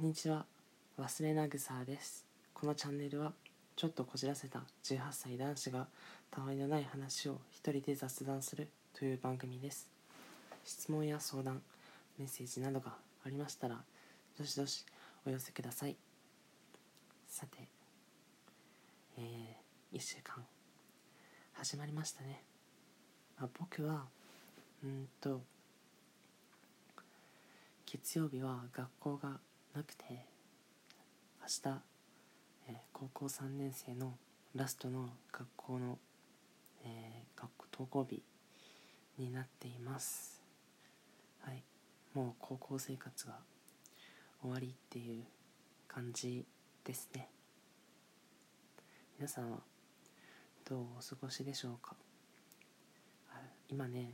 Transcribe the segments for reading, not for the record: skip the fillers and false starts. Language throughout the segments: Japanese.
こんにちは、忘れなぐさです。このチャンネルはちょっとこじらせた18歳男子がたわいのない話を一人で雑談するという番組です。質問や相談、メッセージなどがありましたらどしどしお寄せください。さて、1週間始まりましたね。僕は月曜日は学校がなくて、明日、高校3年生のラストの学校の、学校登校日になっています。はい、もう高校生活が終わりっていう感じですね。皆さんはどうお過ごしでしょうか。今ね、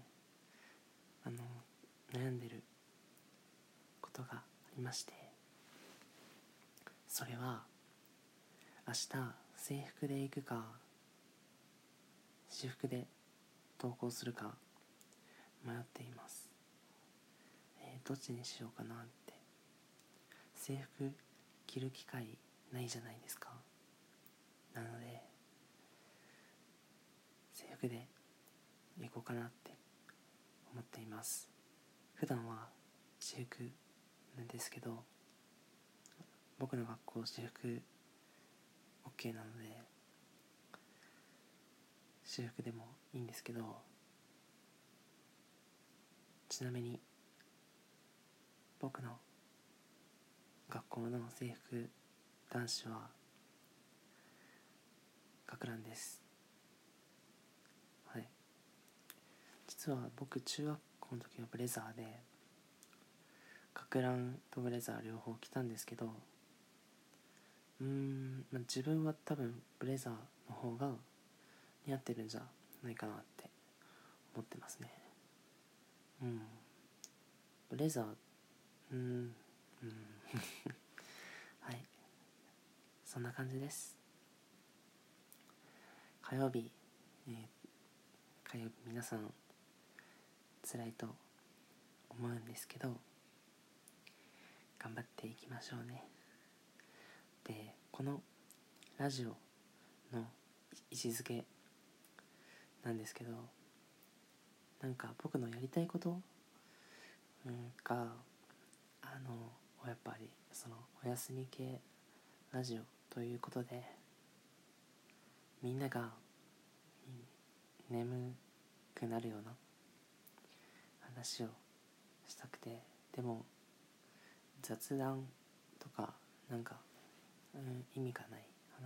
悩んでることがありまして、それは明日制服で行くか私服で登校するか迷っています。どっちにしようかなって。制服着る機会ないじゃないですか。なので制服で行こうかなって思っています。普段は私服なんですけど、僕の学校私服 OK なので私服でもいいんですけど、ちなみに僕の学校の制服男子は学ランです。はい、実は僕中学校の時はブレザーで学ランとブレザー両方着たんですけど、自分は多分ブレザーの方が似合ってるんじゃないかなって思ってますね。ブレザーはい、そんな感じです。火曜日皆さん辛いと思うんですけど、頑張っていきましょうね。で、このラジオの位置づけなんですけど、なんか僕のやりたいことがやっぱりそのお休み系ラジオということで、みんなが眠くなるような話をしたくて、でも雑談とか意味がない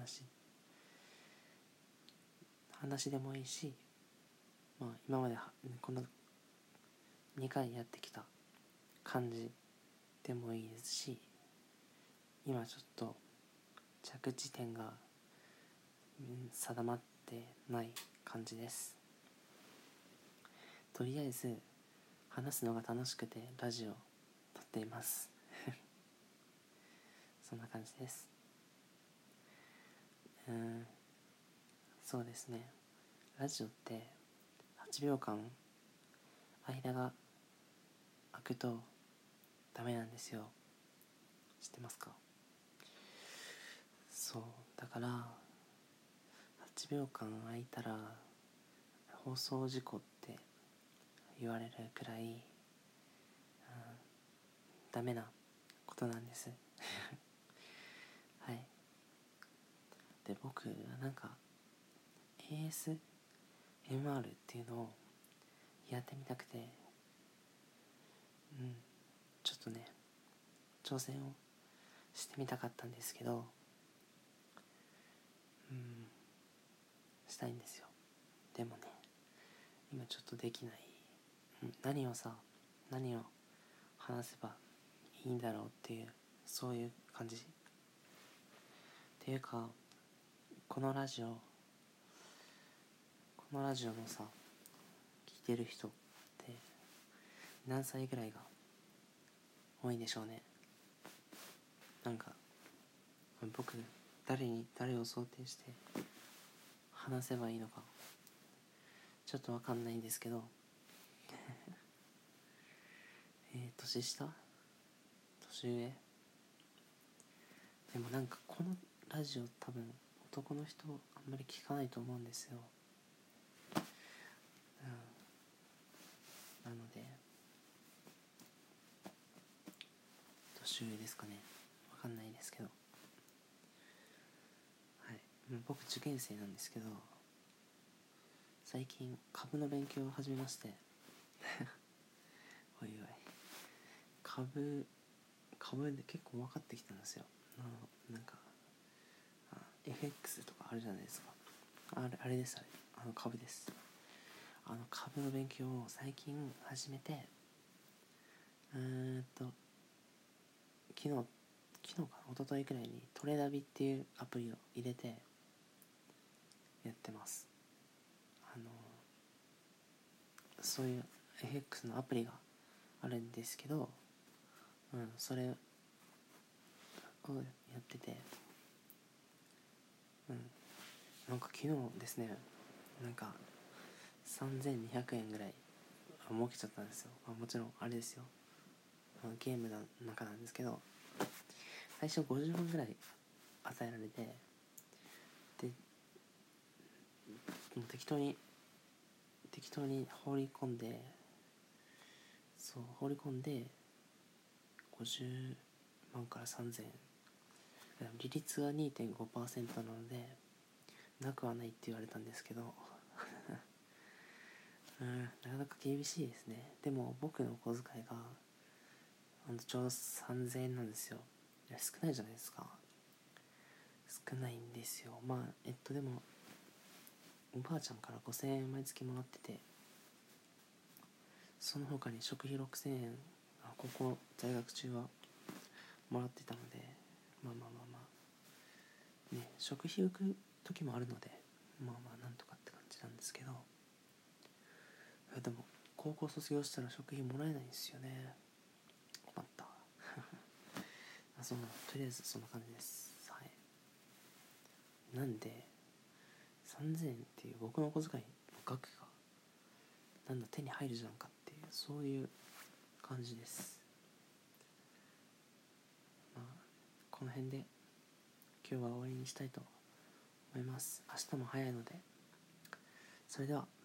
話でもいいし、今までこの2回やってきた感じでもいいですし、今ちょっと着地点が定まってない感じです。とりあえず話すのが楽しくてラジオを撮っていますそんな感じです。そうですね、ラジオって8秒間間が空くとダメなんですよ。知ってますか？そうだから8秒間空いたら放送事故って言われるくらい、ダメなことなんですはい。で、僕ASMR っていうのをやってみたくて、ちょっとね挑戦をしてみたかったんですけど、したいんですよ。でもね、今ちょっとできない。何を話せばいいんだろうっていう、そういう感じっていうか、このラジオのさ、聞いてる人って何歳ぐらいが多いんでしょうね。僕誰を想定して話せばいいのかちょっとわかんないんですけど年下？年上？ でもなんかこのラジオ多分男の人あんまり聞かないと思うんですよ。なので年上ですかね、わかんないですけど、はい、僕受験生なんですけど、最近株の勉強を始めましておいおい、株で結構分かってきたんですよ。なんかFX とかあるじゃないですか。あれです、株です。株の勉強を最近始めて、昨日かな、一昨日くらいにトレダビっていうアプリを入れてやってます。そういう FX のアプリがあるんですけど、それをやってて、なんか昨日ですね、なんか3200円ぐらい儲けちゃったんですよ。もちろんあれですよ、ゲームの中なんですけど、最初50分ぐらい与えられて、でもう適当に放り込んで50万から3000円、利率は 2.5% なのでなくはないって言われたんですけどなかなか厳しいですね。でも僕のお小遣いがちょうど3000円なんですよ。いや少ないじゃないですか。少ないんですよ。でもおばあちゃんから5000円毎月もらってて、その他に食費6000円ここ在学中はもらってたので、ね、食費浮く時もあるのでなんとかって感じなんですけど、でも高校卒業したら食費もらえないんですよね。困ったとりあえずそんな感じです。はい。なんで3000円っていう僕のお小遣いの額がなんだ手に入るじゃんかっていう、そういう感じです。この辺で今日は終わりにしたいと思います。明日も早いので、それでは。